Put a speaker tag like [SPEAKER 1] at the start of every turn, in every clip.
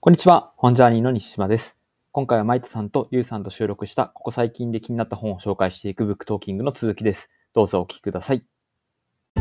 [SPEAKER 1] こんにちは、本ジャーニーの西島です。今回はマイトさんとユウさんと収録したここ最近で気になった本を紹介していくブックトーキングの続きです。どうぞお聞きください。
[SPEAKER 2] はい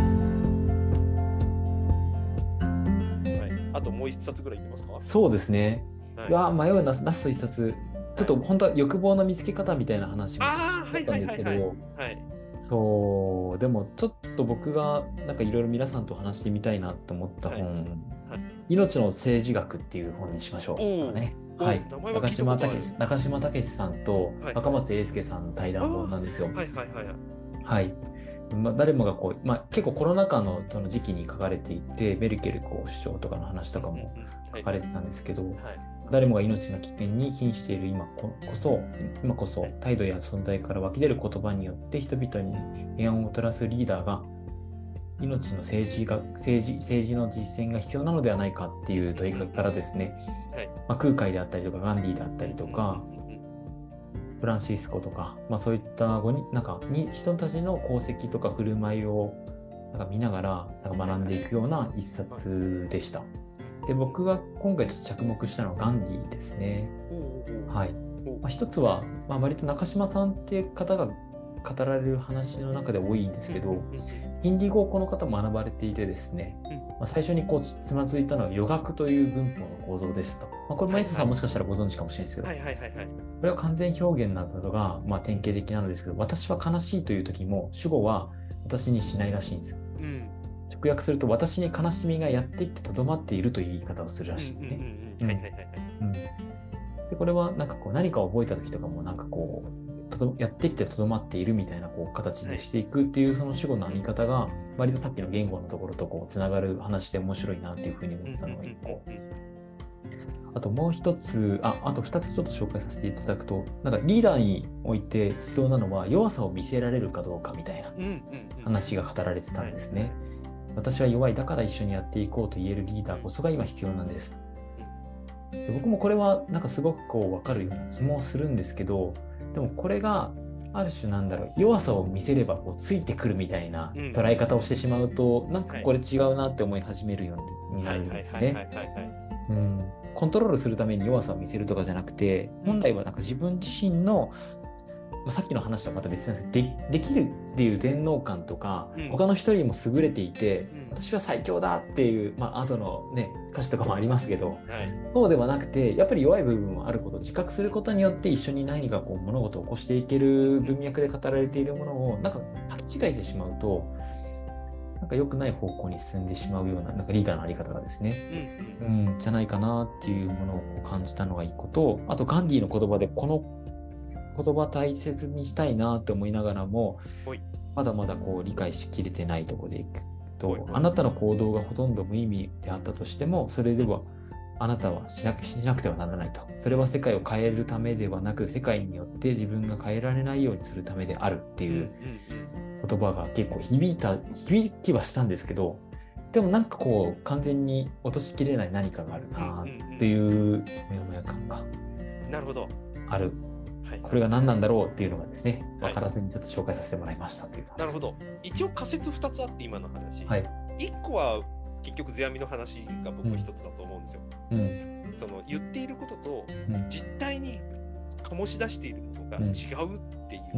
[SPEAKER 2] 、あともう一冊ぐらいいきますか？
[SPEAKER 3] そうですね。
[SPEAKER 2] はい、
[SPEAKER 3] いや迷うな、ラスト一冊。ちょっと本当は欲望の見つけ方みたいな話もしったんですけど、そう、でもちょっと僕がなんかいろいろ皆さんと話してみたいなと思った本、命の政治学っていう本にしましょうね。はい。中島武さんと若松英輔さんの対談本なんですよ。はい。誰もがこう、結構コロナ禍のその時期に書かれていて、メルケル首相とかの話とかも書かれてたんですけど、誰もが命の危険に瀕している今こそ態度や存在から湧き出る言葉によって人々に平安をもたらすリーダーが命の政治の実践が必要なのではないかっていう問いかけからですね、空海であったりとかガンディーであったりとか、フランシスコとか、そういった人たちの功績とか振る舞いを見ながら学んでいくような一冊でした。で、僕が今回ちょっと着目したのはガンディですね。はい。一つは、割と中島さんっていう方が語られる話の中で多いんですけど、ヒンディー語をこの方学ばれていてですね、最初にこうつまずいたのは余学という文法の構造ですと。これマイトさんもしかしたらご存知かもしれないですけど、これは完全表現などが典型的なのですけど、私は悲しいという時も主語は私にしないらしいんですよ。直訳すると私に悲しみがやってきてとどまっているという言い方をするらしいんですね。でこれは何かを覚えた時とかもやってきてとどまっているみたいな形でしていくっていうその主語の編み方が割とさっきの言語のところとつながる話で面白いなっていうふうに思ったのが1個。あともう一つ、あと2つちょっと紹介させていただくと、リーダーにおいて必要なのは弱さを見せられるかどうかみたいな話が語られてたんですね。私は弱い、だから一緒にやっていこうと言えるリーダーこそが今必要なんです。で僕もこれはすごく分かるような気もするんですけど、でもこれがある種弱さを見せればついてくるみたいな捉え方をしてしまうと、これ違うなって思い始めるようになるんですね。コントロールするために弱さを見せるとかじゃなくて、本来は自分自身のさっきの話とはまた別なんですけど、できるっていう全能感とか、他の人よりも優れていて、私は最強だっていう、後のね歌詞とかもありますけど、そうではなくて、やっぱり弱い部分もあることを自覚することによって一緒に何か物事を起こしていける文脈で語られているものを履き違えてしまうと良くない方向に進んでしまうようなリーダーのあり方がですね、じゃないかなっていうものを感じたのが一個と、あとガンディの言葉でこの言葉大切にしたいなって思いながらも、まだまだ理解しきれてないところでいくと、あなたの行動がほとんど無意味であったとしても、それではあなたはしなくてはならないと。それは世界を変えるためではなく、世界によって自分が変えられないようにするためであるっていう言葉が結構響きはしたんですけど、でも完全に落としきれない何かがあるなっていうモヤモヤ感がある。これが何なんだろうっていうのがですね、分からずにちょっと紹介させてもらいましたという話。
[SPEAKER 2] なるほど。一応仮説2つあって今の話。1個は結局世阿弥の話が僕は1つだと思うんですよ。その言っていることと実態に醸し出しているものが違うっていうこと。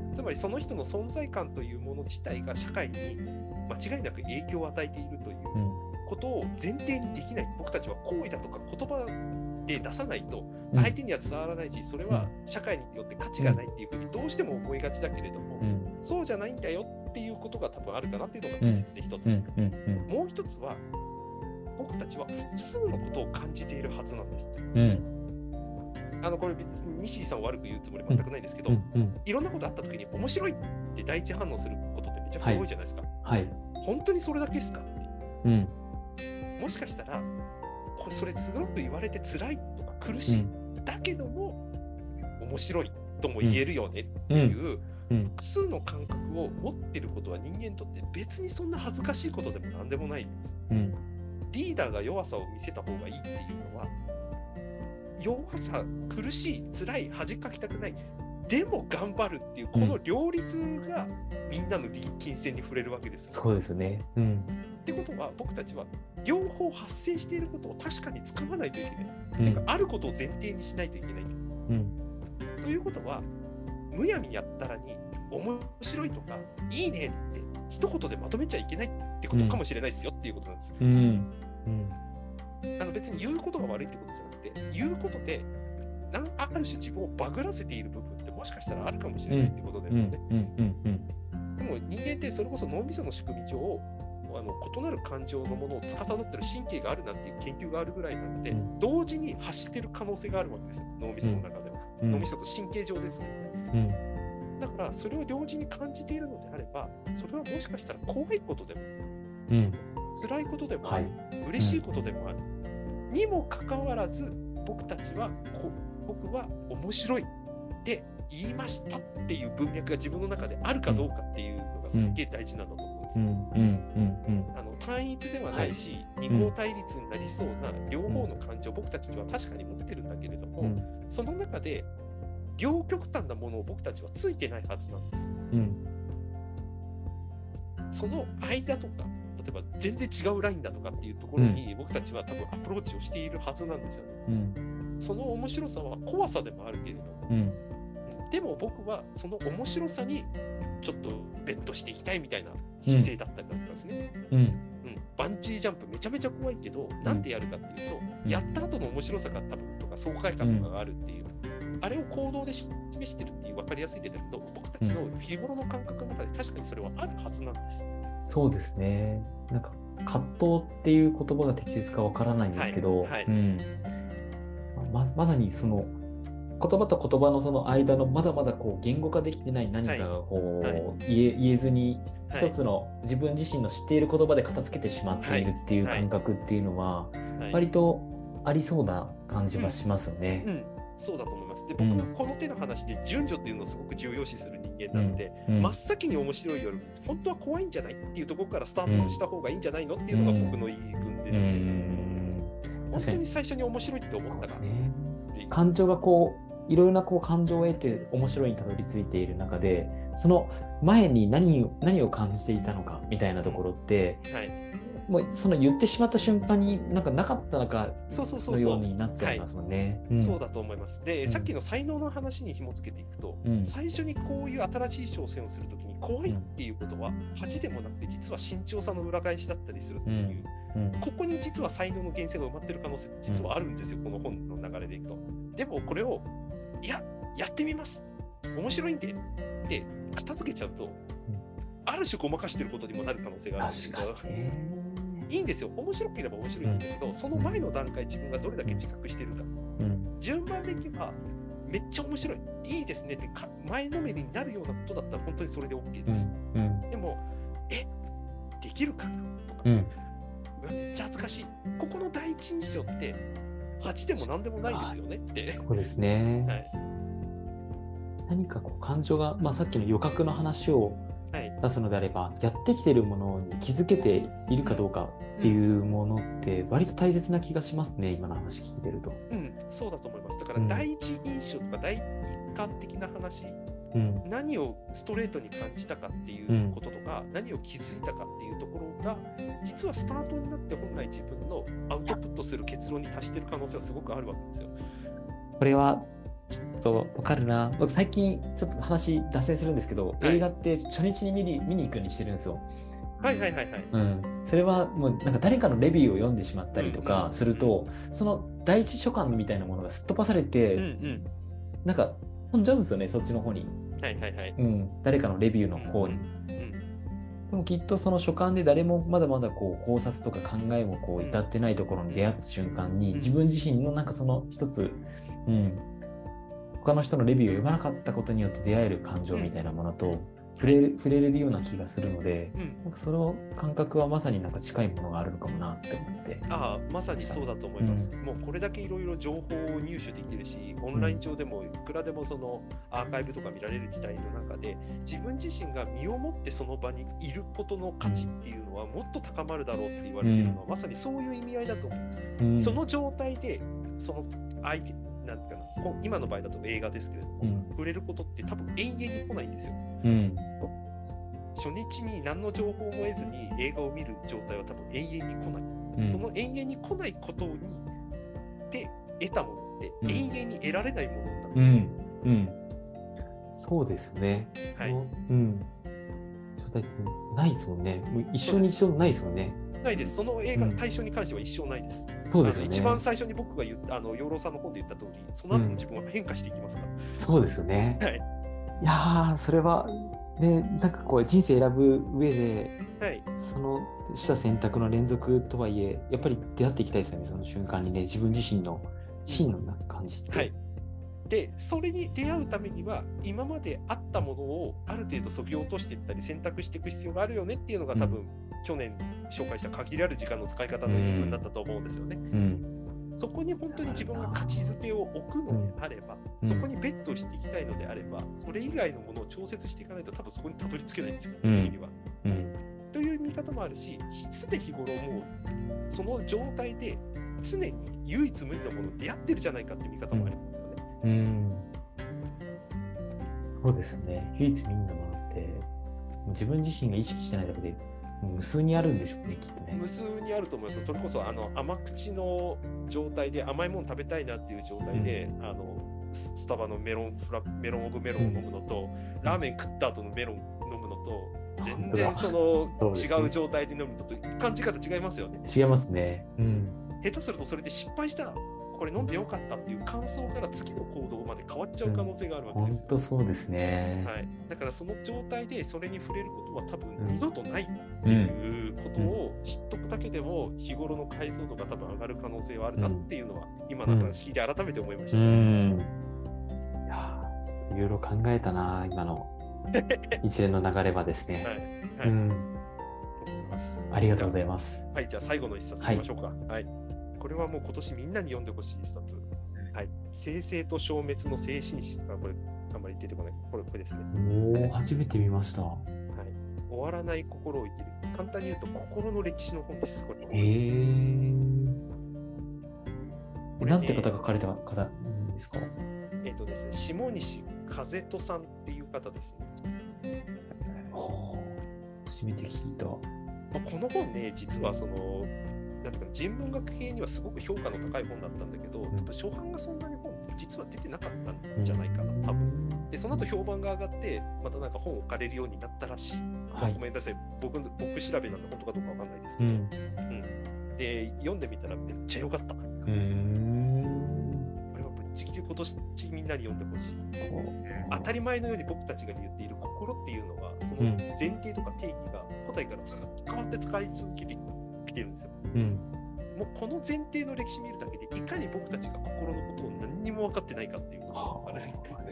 [SPEAKER 2] つまりその人の存在感というもの自体が社会に間違いなく影響を与えているということを前提にできない。僕たちは行為だとか言葉で出さないと相手には伝わらないし、それは社会によって価値がないっていうふうにどうしても思いがちだけれども、そうじゃないんだよっていうことが多分あるかなっていうのが仮説で一つ。もう一つは僕たちは複数のことを感じているはずなんです。これ別に西井さんを悪く言うつもり全くないんですけど、いろんなことあった時に面白いって第一反応することってめちゃくちゃ多いじゃないですか。本当にそれだけですかっていう。もしかしたらそれすごく言われて辛いとか苦しい、だけども面白いとも言えるよねっていう複数の感覚を持ってることは人間にとって別にそんな恥ずかしいことでも何でもないんです。リーダーが弱さを見せた方がいいっていうのは、弱さ、苦しい、辛い、恥かきたくない、 でも頑張るっていうこの両立がみんなの金銭に触れるわけですよ。
[SPEAKER 3] そうですね。
[SPEAKER 2] ってことは僕たちは両方発生していることを確かに使わないといけない。てかあることを前提にしないといけない。ということはむやみやったらに面白いとかいいねって一言でまとめちゃいけないってことかもしれないですよっていうことなんです。別に言うことが悪いってことじゃなくて、言うことである種自分をバグらせている部分ってもしかしたらあるかもしれないってことですよね。でも人間ってそれこそ脳みその仕組み上異なる感情のものを司ってる神経があるなんていう研究があるぐらいなので、同時に発している可能性があるわけですよ、脳みその中では。脳みそと神経上ですね。だからそれを同時に感じているのであれば、それはもしかしたら怖いことでも、辛いことでもある、嬉しいことでもある、にもかかわらず僕たちは僕は面白いって言いましたっていう文脈が自分の中であるかどうかっていうのがすっげえ大事なんだと思うんですよ。単一ではないし、二項対立になりそうな両方の感情を僕たちは確かに持ってるんだけれども、その中で両極端なものを僕たちはついてないはずなんです。その間とか、例えば全然違うラインだとかっていうところに僕たちは多分アプローチをしているはずなんですよね。その面白さは怖さでもあるけれども、でも僕はその面白さにちょっとベットしていきたいみたいな姿勢だったりだとかですね。バンジージャンプめちゃめちゃ怖いけど、なんでやるかっていうと、やった後の面白さが多分とか爽快感とかがあるっていう、あれを行動で示してるっていう分かりやすい例だけど、僕たちの日頃の感覚の中で確かにそれはあるはずなんです。
[SPEAKER 3] そうですね。なんか葛藤っていう言葉が適切かわからないんですけど、まさにその言葉と言葉のその間のまだまだこう言語化できてない何かがこう言えずに一つの自分自身の知っている言葉で片付けてしまっているっていう感覚っていうのは割とありそうな感じはしますよね。
[SPEAKER 2] そうだと思います。で、僕はこの手の話で順序っていうのをすごく重要視する人間なので、真っ先に面白いより本当は怖いんじゃないっていうところからスタートした方がいいんじゃないのっていうのが僕の言い分ですね。本当に最初に面白いって思ったからっていう。
[SPEAKER 3] 感情がこういろいろなこう感情を得て面白いにたどり着いている中で、その前に何を感じていたのかみたいなところって、もうその言ってしまった瞬間になんかなかったのかのようになっちゃいますもんね。
[SPEAKER 2] そうだと思います。で、さっきの才能の話に紐付けていくと、最初にこういう新しい挑戦をするときに怖いっていうことは恥でもなくて実は慎重さの裏返しだったりするっていう、ここに実は才能の源泉が埋まってる可能性実はあるんですよ、この本の流れでいくと。でもこれをやってみます面白いんでって片付けちゃうと、ある種ごまかしてることにもなる可能性があるんですよ。いいんですよ、面白ければ面白いんだけど、その前の段階自分がどれだけ自覚してるか、順番でいけばめっちゃ面白いいいですねって前のめりになるようなことだったら本当にそれで OK です、でもできるかなとか、めっちゃ恥ずかしい、ここの第一印象って8でも何でもないですよねって。
[SPEAKER 3] そうですね、何かこう感情が、さっきの余白の話を出すのであれば、やってきているものに気づけているかどうかっていうものって割と大切な気がしますね、今の話聞いてると。
[SPEAKER 2] そうだと思います。だから第一印象とか第一感的な話、何をストレートに感じたかっていうこととか、何を気づいたかっていうところが実はスタートになって本来自分のアウトプットする結論に達している可能性はすごくあるわけですよ。
[SPEAKER 3] これはちょっと分かるな。僕最近ちょっと話脱線するんですけど、映画って初日に見に行くようにしてるんですよ。それはもうなんか誰かのレビューを読んでしまったりとかすると、その第一書簡みたいなものがすっ飛ばされて、なんか飛んじゃうんですよね、そっちの方に。誰かのレビューの方に。でもきっとその書簡で誰もまだまだこう考察とか考えもこう至ってないところに出会った瞬間に、自分自身のなんかその一つ、他の人のレビューを読まなかったことによって出会える感情みたいなものと触れれるような気がするので、なんかその感覚はまさになんか近いものがあるのかもなって思って。
[SPEAKER 2] まさにそうだと思います。もうこれだけいろいろ情報を入手できてるし、オンライン上でもいくらでもそのアーカイブとか見られる時代の中で、自分自身が身をもってその場にいることの価値っていうのはもっと高まるだろうって言われているのは、まさにそういう意味合いだと思うんです。その状態でその相手なんていうかな、今の場合だと映画ですけれども、触れることって多分永遠に来ないんですよ。初日に何の情報も得ずに映画を見る状態は多分永遠に来ない。その永遠に来ないことにで得たものって永遠に得られないものなんですよ。
[SPEAKER 3] そうですね。状態ってないですもんね。もう一生に一度ないですもんね。
[SPEAKER 2] ないです。その映画対象に関しては一生ないです。
[SPEAKER 3] そうですよね。
[SPEAKER 2] 一番最初に僕が言った養老さんの本で言った通り、その後の自分は変化していきますから。
[SPEAKER 3] そうですよね。
[SPEAKER 2] はい。
[SPEAKER 3] いやー、それはね、なんかこう人生選ぶ上で、そのした選択の連続とはいえ、やっぱり出会っていきたいですよね。その瞬間にね、自分自身の真の感じって。
[SPEAKER 2] で、それに出会うためには、今まであったものをある程度削ぎ落としていったり選択していく必要があるよねっていうのが多分、去年紹介した限りある時間の使い方の言い分だったと思うんですよね。そこに本当に自分が価値づけを置くのであれば、そこにベットしていきたいのであれば、それ以外のものを調節していかないと多分そこにたどり着けないんですよ、的には。という見方もあるし、常日頃もうその状態で常に唯一無二のものに出会ってるじゃないかっていう見方もありますよね。
[SPEAKER 3] そうですね。唯一無二のものって自分自身が意識してないだけで無数にあるんでしょうね、きっとね。
[SPEAKER 2] 無数にあると思います。それこそ甘口の状態で甘いもの食べたいなっていう状態で、スタバのメロンオブメロンを飲むのと、ラーメン食った後のメロン飲むのと、全然その違う状態で飲むのと感じ方違いますよね。
[SPEAKER 3] 違いますね。
[SPEAKER 2] 下手するとそれで失敗したこれ飲んでよかったっていう感想から次の行動まで変わっちゃう可能性があるわけです。
[SPEAKER 3] 本当そうですね。
[SPEAKER 2] だからその状態でそれに触れることは多分二度とないっていうことを知っとくだけでも日頃の解像度が多分上がる可能性はあるなっていうのは今の話聞いて改めて思いました。い
[SPEAKER 3] やちょっといろいろ考えたな今の一連の流れはですね。ありがとうございます。
[SPEAKER 2] じゃあ最後の一冊いきましょうか。これはもう今年みんなに読んでほしい一冊。生成と消滅の精神史がこれあんまり出てこない。これですね。
[SPEAKER 3] 初めて見ました。
[SPEAKER 2] 終わらない心を生きる。簡単に言うと心の歴史の本です。これ。
[SPEAKER 3] なんて方が書かれた方ですか？
[SPEAKER 2] ですね、下西和人さんっていう方ですね。
[SPEAKER 3] 初めて聞いた。
[SPEAKER 2] この本ね、実はそのなんていうか人文学系にはすごく評価の高い本だったんだけど、多分初版がそんなに本実は出てなかったんじゃないかな、多分。で、その後評判が上がって、またなんか本を置かれるようになったらしい。ごめんなさい、僕調べなんで本当かどうかわかんないですけど。で、読んでみたらめっちゃ良かった。これはぶっちぎり今年みんなに読んでほしい。当たり前のように僕たちが言っている心っていうのは、その前提とか定義が古代からずっと変わって使い続けてきてるんですよ。もうこの前提の歴史見るだけでいかに僕たちが心のことを何にも分かってないかっていうのが分かる。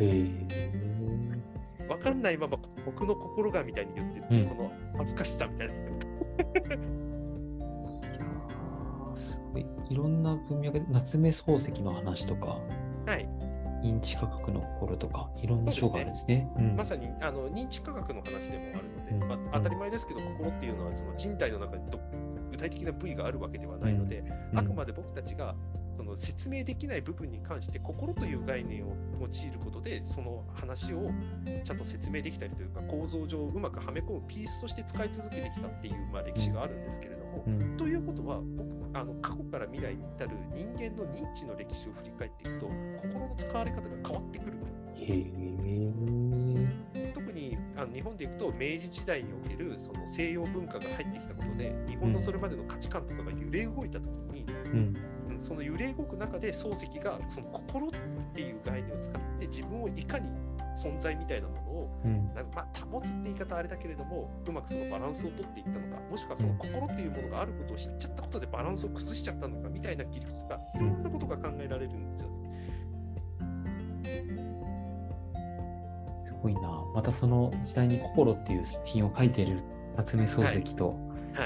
[SPEAKER 2] 分かんないまま僕の心がみたいに言ってる、この恥ずかしさみたいな。
[SPEAKER 3] すごいいろんな文脈で夏目漱石の話とか、認知科学の心とかいろんな章があるんですね。
[SPEAKER 2] まさに認知科学の話でもあるので、当たり前ですけど心っていうのはその人体の中に具体的な部位があるわけではないので、あくまで僕たちがその説明できない部分に関して心という概念を用いることでその話をちゃんと説明できたりというか構造上うまくはめ込むピースとして使い続けてきたっていう、歴史があるんですけれども、ということは過去から未来に至る人間の認知の歴史を振り返っていくと心の使われ方が変わってくる。特に日本でいくと明治時代におけるその西洋文化が入ってきたことで日本のそれまでの価値観とかが揺れ動いた時に、その揺れ動く中で漱石がその心っていう概念を使って自分をいかに存在みたいなものを、保つって言い方あれだけれどもうまくそのバランスを取っていったのか、もしくはその心っていうものがあることを知っちゃったことでバランスを崩しちゃったのかみたいな切り口がいろんなことが考えられるんですよ。
[SPEAKER 3] すごいな。またその時代に心っていう作品を書いている夏目漱石と、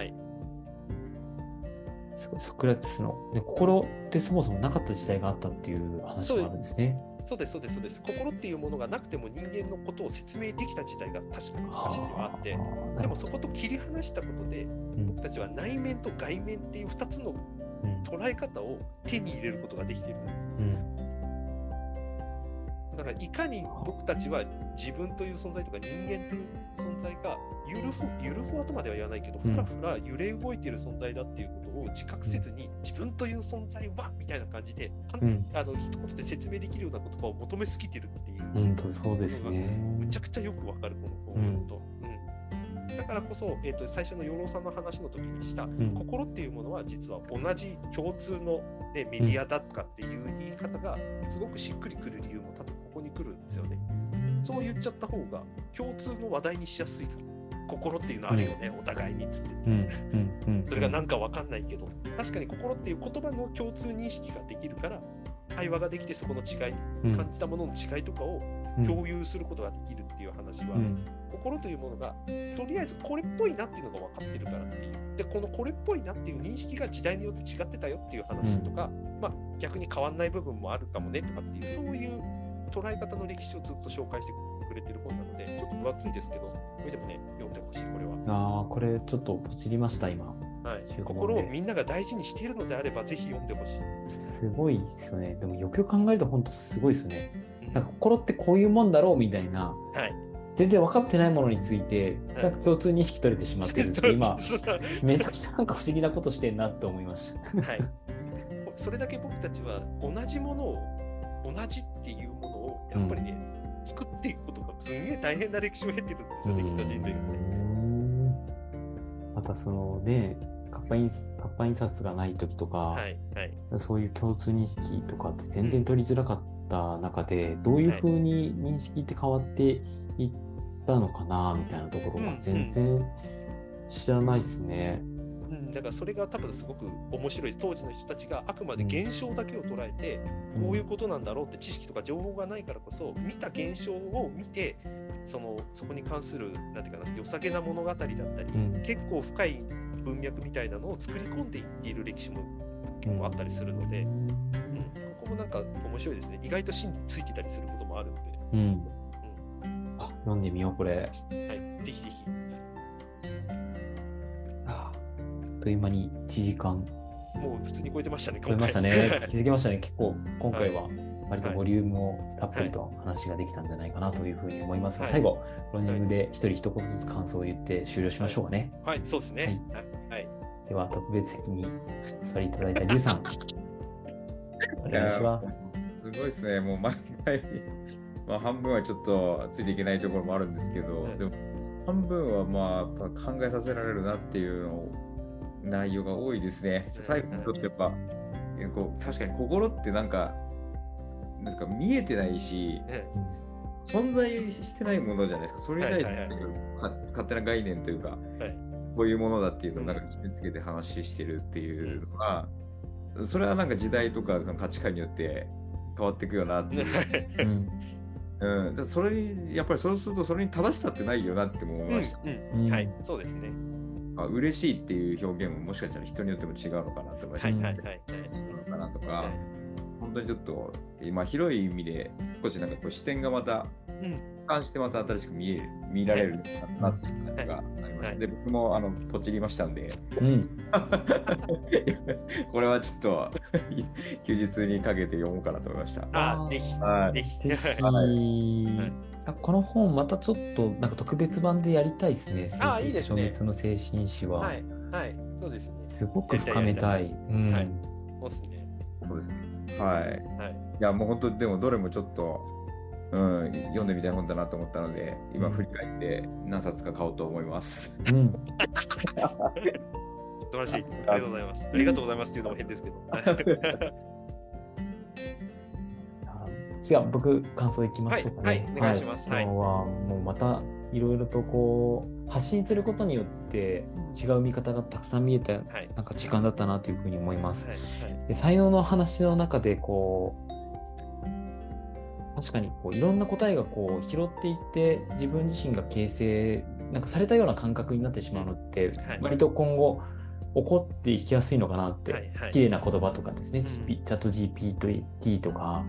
[SPEAKER 3] すごいソクラテスの心ってそもそもなかった時代があったっていう話があるんですね。
[SPEAKER 2] そうです。心っていうものがなくても人間のことを説明できた時代が確かに昔にはあって、でもそこと切り離したことで、僕たちは内面と外面っていう2つの捉え方を手に入れることができている。 からいかに僕たちは自分という存在とか人間という存在がゆるふわとまでは言わないけど、ふらふら揺れ動いている存在だっていうことを自覚せずに、自分という存在はみたいな感じで、一言で説明できるような言葉を求めすぎてるっていう。
[SPEAKER 3] 本当そうですね。
[SPEAKER 2] むちゃくちゃよくわかるこのコメント。だからこそ、最初の養老さんの話の時にした、心っていうものは実は同じ共通の、ね、メディアだとかっていう言い方がすごくしっくりくる理由も多分ここに来るんですよね。そう言っちゃった方が共通の話題にしやすいから、心っていうのあるよね、お互いにっつって、それがなんかわかんないけど、確かに心っていう言葉の共通認識ができるから会話ができて、そこの違い、感じたものの違いとかを共有することができるっていう話は、心というものがとりあえずこれっぽいなっていうのが分かってるからっていう。でこのこれっぽいなっていう認識が時代によって違ってたよっていう話とか、逆に変わんない部分もあるかもねとかっていう、そういう捉え方の歴史をずっと紹介してくれてる本なので、ちょっと分厚いですけど、それでもね読んでほしい。これは
[SPEAKER 3] これちょっとポチりました今。
[SPEAKER 2] 心をみんなが大事にしているのであればぜひ読んでほしい。
[SPEAKER 3] すごいですよね。でもよくよく考えると本当すごいですね。なんか心ってこういうもんだろうみたいな、全然分かってないものについて、なんか共通認識取れてしまってるって今めちゃくちゃなんか不思議なことしてんなって思いました。
[SPEAKER 2] それだけ僕たちは同じものを同じっていうものをやっぱりね、作っていくことがすんげえ大変な歴史を経てるんですよね、きっと人類がね。
[SPEAKER 3] またそのね、活版印刷がない時とか、そういう共通認識とかって全然取りづらかった中で、どういうふうに認識って変わっていったのかなみたいなところが全然知らないですね。
[SPEAKER 2] だからそれが多分すごく面白い。当時の人たちがあくまで現象だけを捉えて、こういうことなんだろうって知識とか情報がないからこそ、見た現象を見てそこに関するなんていうかな、良さげな物語だったり、結構深い文脈みたいなのを作り込んでいっている歴史も結構あったりするので、ここもなんか面白いですね。意外と真についてたりすることもあるんで、
[SPEAKER 3] 読んでみようこれ。
[SPEAKER 2] ぜひぜひ。
[SPEAKER 3] あっという間に1時間。
[SPEAKER 2] もう普通に超えてましたね。
[SPEAKER 3] 超えましたね。気づきましたね。結構今回は割とボリュームをたっぷりと話ができたんじゃないかなというふうに思いますが、最後ローニングで一人言ずつ感想を言って終了しましょうかね。
[SPEAKER 2] そうですね。
[SPEAKER 3] では特別席に座りいただいたリュウさん、お願いします。
[SPEAKER 4] すごいですね。もう毎回半分はちょっとついていけないところもあるんですけど、でも半分はやっぱ考えさせられるなっていうの内容が多いですね。最後にとってやっぱ確かに心ってなんか見えてないし、存在してないものじゃないですか。それに対して勝手な概念というか、こういうものだっていうのをなんか決めつけて話してるっていうのが、それはなんか時代とか価値観によって変わっていくよなっていう。それにやっぱりそうするとそれに正しさってないよなって思いました。
[SPEAKER 2] そうですね。
[SPEAKER 4] 嬉しいっていう表現ももしかしたら人によっても違うのかなと思いました。違うのかなとか、本当にちょっと今広い意味で少しなんかこう視点がまた俯瞰してまた新しく見られるなっていう感じがあります。で僕もポチりましたんで、これはちょっと休日にかけて読もうかなと思いました。
[SPEAKER 2] ぜひ。
[SPEAKER 3] この本またちょっとなんか特別版でやりたいですね。
[SPEAKER 2] いいですね。
[SPEAKER 3] 消滅の精神史は。
[SPEAKER 2] そうですね。
[SPEAKER 3] すごく深めたい。
[SPEAKER 4] そうですね。いやもう本当でもどれもちょっと、読んでみたい本だなと思ったので、今振り返って何冊か買おうと思います。
[SPEAKER 2] 素晴らしい。ありがとうございます。ありがとうございますっていうのも変ですけど。
[SPEAKER 3] 次は僕感想いきましょうかね。
[SPEAKER 2] お願いします。
[SPEAKER 3] 今日はもうまたいろいろとこう発信することによって違う見方がたくさん見えたなんか時間だったなというふうに思います。で才能の話の中でこう確かにこういろんな答えがこう拾っていって自分自身が形成なんかされたような感覚になってしまうのって割と今後起こっていきやすいのかなって、綺麗な言葉とかですね、チャット GPT とか、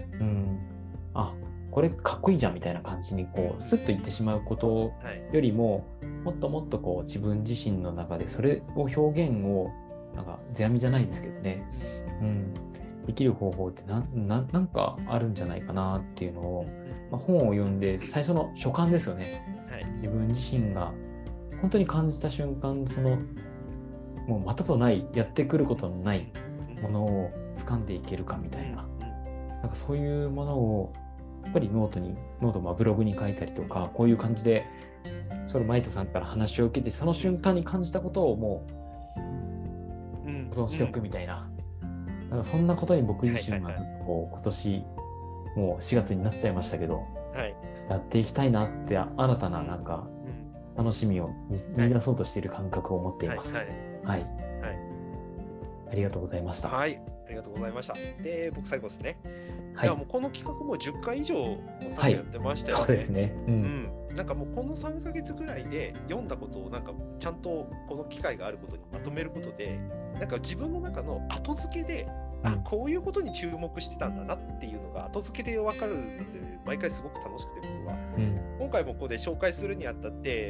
[SPEAKER 3] これかっこいいじゃんみたいな感じにこうスッと言ってしまうことよりも、もっともっとこう自分自身の中でそれを表現をなんか世阿弥じゃないですけどね、 できる方法ってなんかあるんじゃないかなっていうのを、本を読んで最初の所感ですよね。はい、自分自身が本当に感じた瞬間、もうまたとないやってくることのないものを掴んでいけるかみたいな、なんかそういうものをやっぱりノート、ブログに書いたりとか、こういう感じでマイトさんから話を受けて、その瞬間に感じたことをもう保存しておくみたいな、なんかそんなことに僕自身が今年もう4月になっちゃいましたけど、やっていきたいなって新たななんか楽しみを見出そうとしている感覚を持っています。はい。ありがとうございました。
[SPEAKER 2] はい、ありがとうございました。で、僕最後ですね。はい。もうこの企画も10回以上やってましたよね。
[SPEAKER 3] そうですね。
[SPEAKER 2] なんかもうこの3ヶ月ぐらいで読んだことをなんかちゃんとこの機会があることにまとめることで、なんか自分の中の後付けで、こういうことに注目してたんだなっていうのが後付けで分かるので、毎回すごく楽しくて僕は、今回もここで紹介するにあたって、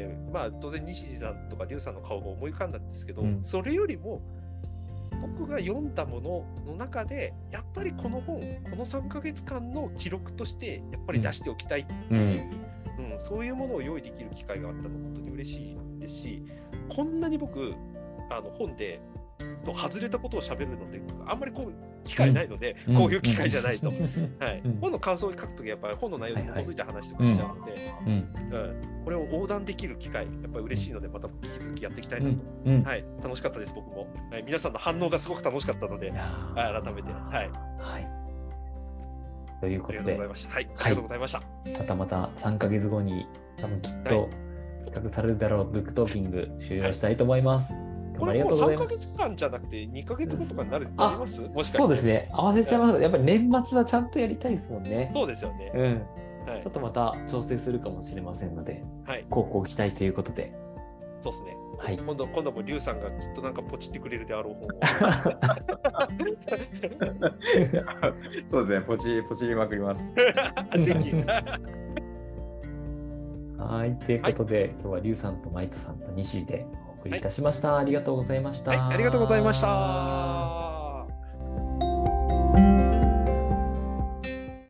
[SPEAKER 2] 当然西地さんとか龍さんの顔が思い浮かんだんですけど、それよりも僕が読んだものの中でやっぱりこの本、この3ヶ月間の記録としてやっぱり出しておきたいっていう、そういうものを用意できる機会があったのは本当に嬉しいですし、こんなに僕本で外れたことを喋るのであんまりこう機会ないので、こういう機会じゃないと、本の感想を書くときやっぱり本の内容に基づいた話とかしちゃうので、これを横断できる機会やっぱり嬉しいので、また引き続きやっていきたいなと、楽しかったです僕も、皆さんの反応がすごく楽しかったので、改めて
[SPEAKER 3] ということで、
[SPEAKER 2] ありがとうございました。ありがとうございました。
[SPEAKER 3] また3ヶ月後に多分きっと企画されるだろうブックトーキング終了したいと思います。
[SPEAKER 2] これもう3ヶ月間じゃなくて2ヶ月後とかになります？もしかして。
[SPEAKER 3] そうですね。合わせちゃいます。やっぱり年末はちゃんとやりたいですもんね。
[SPEAKER 2] そうですよね。
[SPEAKER 3] ちょっとまた調整するかもしれませんので、こう期待ということで。
[SPEAKER 2] そうですね。今度もリュウさんがきっとなんかポチってくれるであろう本を。
[SPEAKER 4] そうですね。ポチりまくります。
[SPEAKER 2] ぜひ。
[SPEAKER 3] はい。ということで、今日はリュウさんとマイトさんと西でお送りいたしました。ありがとうございました。
[SPEAKER 2] ありがとうございました。